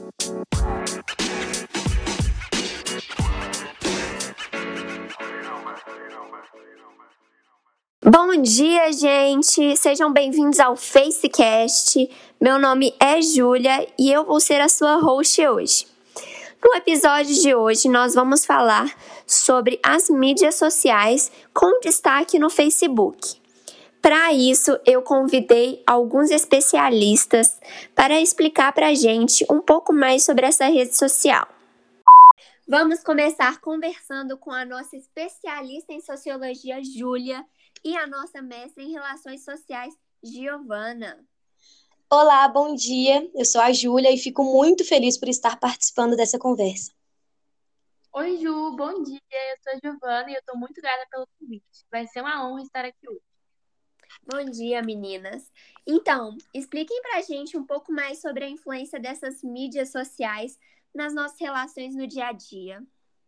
Bom dia, gente! Sejam bem-vindos ao FaceCast. Meu nome é Júlia e eu vou ser a sua host hoje. No episódio de hoje, nós vamos falar sobre as mídias sociais com destaque no Facebook. Para isso, eu convidei alguns especialistas para explicar para a gente um pouco mais sobre essa rede social. Vamos começar conversando com a nossa especialista em sociologia, Júlia, e a nossa mestra em relações sociais, Giovana. Olá, bom dia. Eu sou a Júlia e fico muito feliz por estar participando dessa conversa. Oi, Ju, bom dia. Eu sou a Giovana e eu estou muito grata pelo convite. Vai ser uma honra estar aqui hoje. Bom dia, meninas. Então, expliquem pra gente um pouco mais sobre a influência dessas mídias sociais nas nossas relações no dia a dia.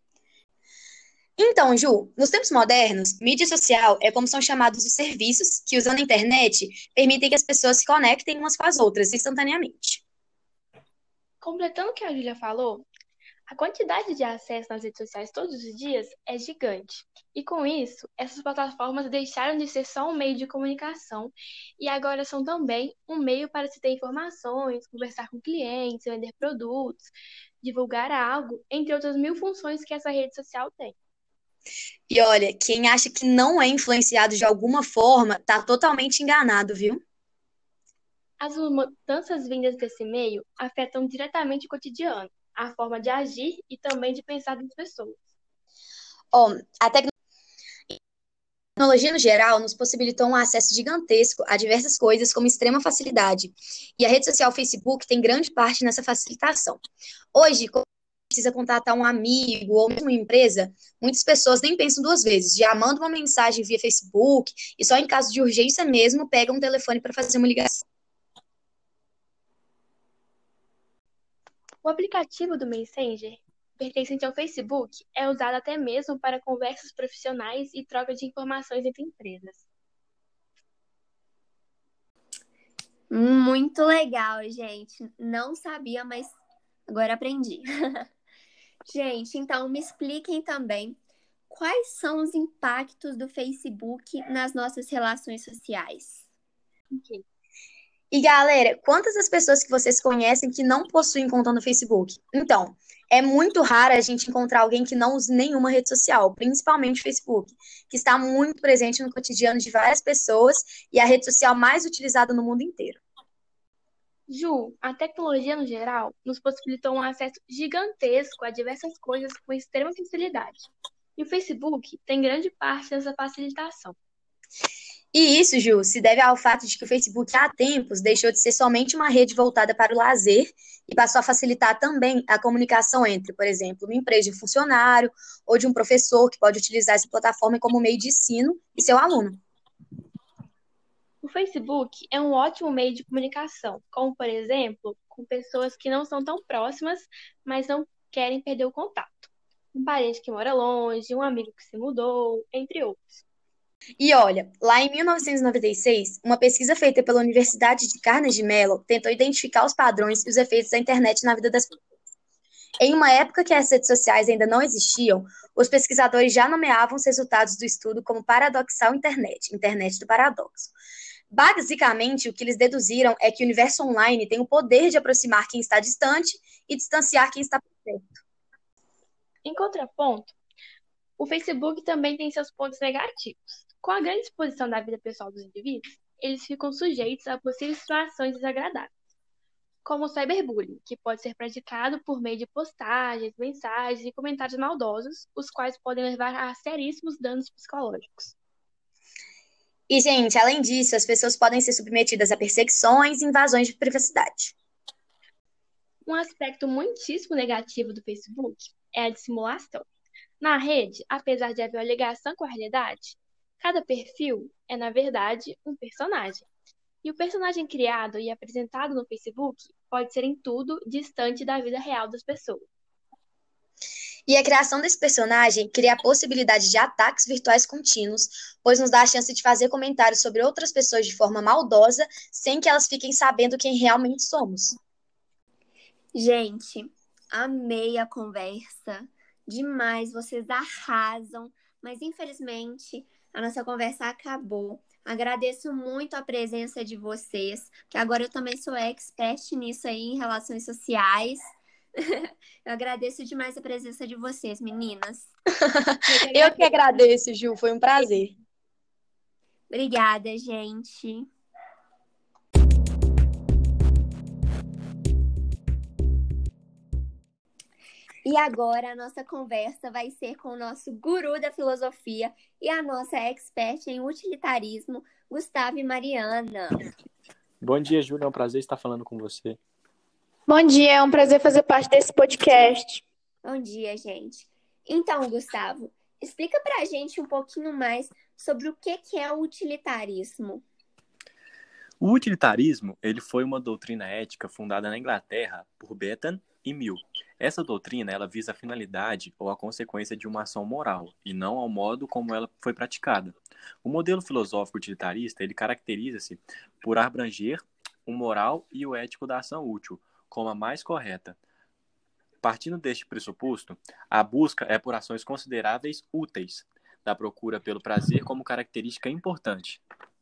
Então, Ju, nos tempos modernos, mídia social é como são chamados os serviços que, usando a internet, permitem que as pessoas se conectem umas com as outras instantaneamente. Completando o que a Júlia falou, a quantidade de acesso nas redes sociais todos os dias é gigante. E com isso, essas plataformas deixaram de ser só um meio de comunicação e agora são também um meio para se ter informações, conversar com clientes, vender produtos, divulgar algo, entre outras mil funções que essa rede social tem. E olha, quem acha que não é influenciado de alguma forma, está totalmente enganado, viu? As mudanças vindas desse meio afetam diretamente o cotidiano, a forma de agir e também de pensar das pessoas. A tecnologia, no geral, nos possibilitou um acesso gigantesco a diversas coisas com extrema facilidade. E a rede social Facebook tem grande parte nessa facilitação. Hoje, quando precisa contatar um amigo ou mesmo uma empresa, muitas pessoas nem pensam duas vezes, já mandam uma mensagem via Facebook e só em caso de urgência mesmo pegam um telefone para fazer uma ligação. O aplicativo do Messenger, pertencente ao Facebook, é usado até mesmo para conversas profissionais e troca de informações entre empresas. Muito legal, gente. Não sabia, mas agora aprendi. Gente, então me expliquem também quais são os impactos do Facebook nas nossas relações sociais. Okay. E galera, quantas das pessoas que vocês conhecem que não possuem conta no Facebook? Então, é muito raro a gente encontrar alguém que não use nenhuma rede social, principalmente o Facebook, que está muito presente no cotidiano de várias pessoas e é a rede social mais utilizada no mundo inteiro. Ju, a tecnologia no geral nos possibilitou um acesso gigantesco a diversas coisas com extrema facilidade. E o Facebook tem grande parte dessa facilitação. E isso, Ju, se deve ao fato de que o Facebook há tempos deixou de ser somente uma rede voltada para o lazer e passou a facilitar também a comunicação entre, por exemplo, uma empresa de um funcionário ou de um professor que pode utilizar essa plataforma como meio de ensino e seu aluno. O Facebook é um ótimo meio de comunicação, como, por exemplo, com pessoas que não são tão próximas, mas não querem perder o contato. Um parente que mora longe, um amigo que se mudou, entre outros. E olha, lá em 1996, uma pesquisa feita pela Universidade de Carnegie Mellon tentou identificar os padrões e os efeitos da internet na vida das pessoas. Em uma época que as redes sociais ainda não existiam, os pesquisadores já nomeavam os resultados do estudo como paradoxal internet, internet do paradoxo. Basicamente, o que eles deduziram é que o universo online tem o poder de aproximar quem está distante e distanciar quem está perto. Em contraponto, o Facebook também tem seus pontos negativos. Com a grande exposição da vida pessoal dos indivíduos, eles ficam sujeitos a possíveis situações desagradáveis, como o cyberbullying, que pode ser praticado por meio de postagens, mensagens e comentários maldosos, os quais podem levar a seríssimos danos psicológicos. E, gente, além disso, as pessoas podem ser submetidas a perseguições e invasões de privacidade. Um aspecto muitíssimo negativo do Facebook é a dissimulação. Na rede, apesar de haver uma ligação com a realidade, cada perfil é, na verdade, um personagem. E o personagem criado e apresentado no Facebook pode ser em tudo distante da vida real das pessoas. E a criação desse personagem cria a possibilidade de ataques virtuais contínuos, pois nos dá a chance de fazer comentários sobre outras pessoas de forma maldosa, sem que elas fiquem sabendo quem realmente somos. Gente, amei a conversa. Demais, vocês arrasam. Mas infelizmente a nossa conversa acabou. Agradeço muito a presença de vocês, que agora eu também sou expert nisso aí em relações sociais. Eu agradeço demais a presença de vocês, meninas. Eu que agradeço, Ju, foi um prazer. Obrigada, gente. E agora a nossa conversa vai ser com o nosso guru da filosofia e a nossa expert em utilitarismo, Gustavo e Mariana. Bom dia, Júlia. É um prazer estar falando com você. Bom dia, é um prazer fazer parte desse podcast. Bom dia, gente. Então, Gustavo, explica pra gente um pouquinho mais sobre o que é o utilitarismo. O utilitarismo, ele foi uma doutrina ética fundada na Inglaterra por Bentham e Mill. Essa doutrina, ela visa a finalidade ou a consequência de uma ação moral, e não ao modo como ela foi praticada. O modelo filosófico utilitarista, ele caracteriza-se por abranger o moral e o ético da ação útil, como a mais correta. Partindo deste pressuposto, a busca é por ações consideráveis úteis, da procura pelo prazer como característica importante.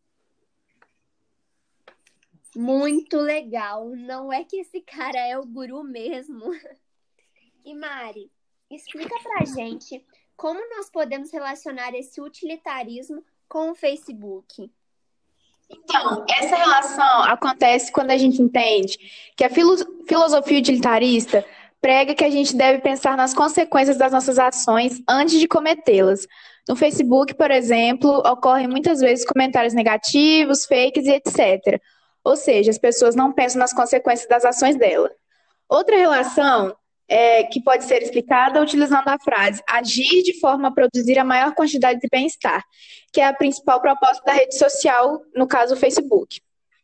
Muito legal. Não é que esse cara é o guru mesmo. E Mari, explica pra gente como nós podemos relacionar esse utilitarismo com o Facebook. Então, essa relação acontece quando a gente entende que a filosofia utilitarista prega que a gente deve pensar nas consequências das nossas ações antes de cometê-las. No Facebook, por exemplo, ocorrem muitas vezes comentários negativos, fakes e etc. Ou seja, as pessoas não pensam nas consequências das ações dela. Outra relação que pode ser explicada utilizando a frase agir de forma a produzir a maior quantidade de bem-estar, que é a principal proposta da rede social, no caso o Facebook.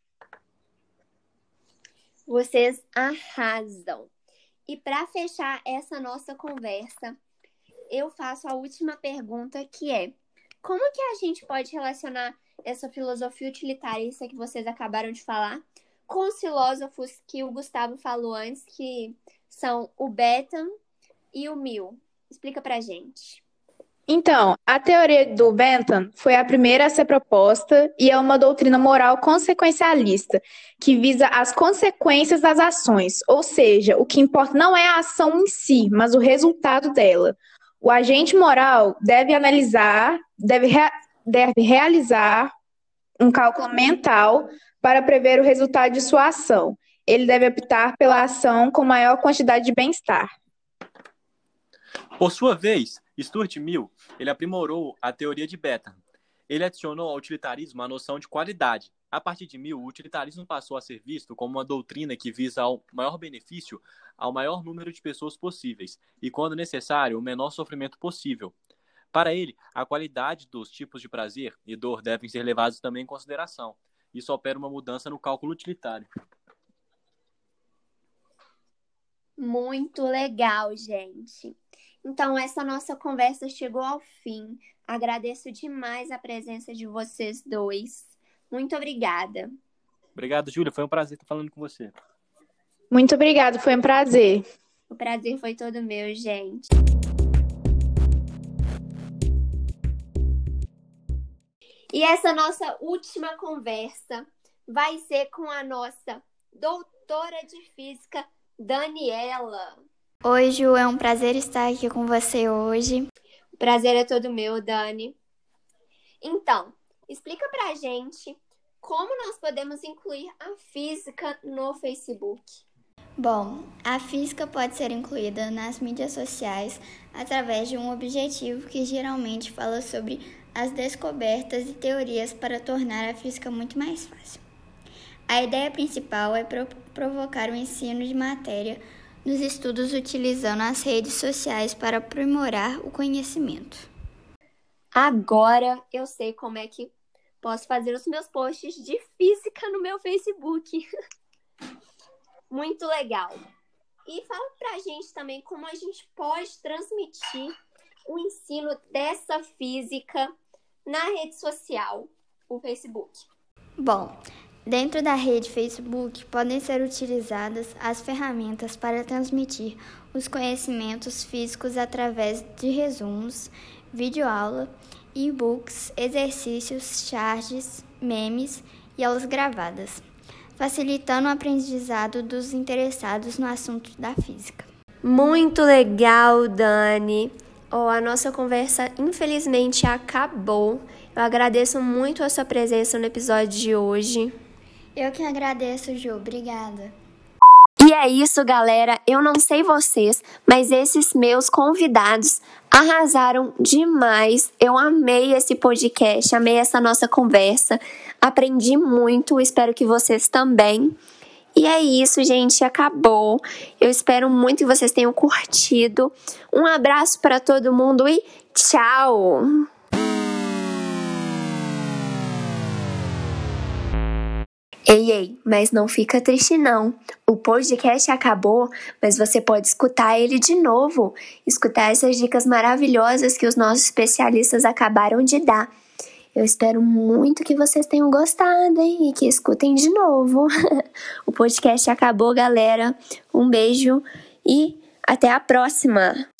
Vocês arrasam. E para fechar essa nossa conversa, eu faço a última pergunta, que é: como que a gente pode relacionar essa filosofia utilitarista que vocês acabaram de falar com os filósofos que o Gustavo falou antes, que são o Bentham e o Mill? Explica pra gente. Então, a teoria do Bentham foi a primeira a ser proposta e é uma doutrina moral consequencialista, que visa as consequências das ações, ou seja, o que importa não é a ação em si, mas o resultado dela. O agente moral deve realizar um cálculo mental para prever o resultado de sua ação. Ele deve optar pela ação com maior quantidade de bem-estar. Por sua vez, Stuart Mill, ele aprimorou a teoria de Bentham. Ele adicionou ao utilitarismo a noção de qualidade. A partir de Mill, o utilitarismo passou a ser visto como uma doutrina que visa ao maior benefício ao maior número de pessoas possíveis e, quando necessário, o menor sofrimento possível. Para ele, a qualidade dos tipos de prazer e dor devem ser levados também em consideração. Isso opera uma mudança no cálculo utilitário. Muito legal, gente. Então, essa nossa conversa chegou ao fim. Agradeço demais a presença de vocês dois. Muito obrigada. Obrigado, Júlia. Foi um prazer estar falando com você. Muito obrigada, foi um prazer. O prazer foi todo meu, gente. E essa nossa última conversa vai ser com a nossa doutora de física, Daniela. Oi, Ju, é um prazer estar aqui com você hoje. O prazer é todo meu, Dani. Então, explica pra gente como nós podemos incluir a física no Facebook. Bom, a física pode ser incluída nas mídias sociais através de um objetivo que geralmente fala sobre as descobertas e teorias para tornar a física muito mais fácil. A ideia principal é provocar o ensino de matéria nos estudos utilizando as redes sociais para aprimorar o conhecimento. Agora eu sei como é que posso fazer os meus posts de física no meu Facebook. Muito legal. E fala pra gente também como a gente pode transmitir o ensino dessa física na rede social, o Facebook. Bom, Dentro da rede Facebook, podem ser utilizadas as ferramentas para transmitir os conhecimentos físicos através de resumos, videoaula, e-books, exercícios, charts, memes e aulas gravadas, facilitando o aprendizado dos interessados no assunto da física. Muito legal, Dani! A nossa conversa infelizmente acabou. Eu agradeço muito a sua presença no episódio de hoje. Eu que agradeço, Ju. Obrigada. E é isso, galera. Eu não sei vocês, mas esses meus convidados arrasaram demais. Eu amei esse podcast, amei essa nossa conversa. Aprendi muito, espero que vocês também. E é isso, gente, acabou. Eu espero muito que vocês tenham curtido. Um abraço para todo mundo e tchau! Ei, mas não fica triste não. O podcast acabou, mas você pode escutar ele de novo. Escutar essas dicas maravilhosas que os nossos especialistas acabaram de dar. Eu espero muito que vocês tenham gostado, hein? E que escutem de novo. O podcast acabou, galera. Um beijo e até a próxima!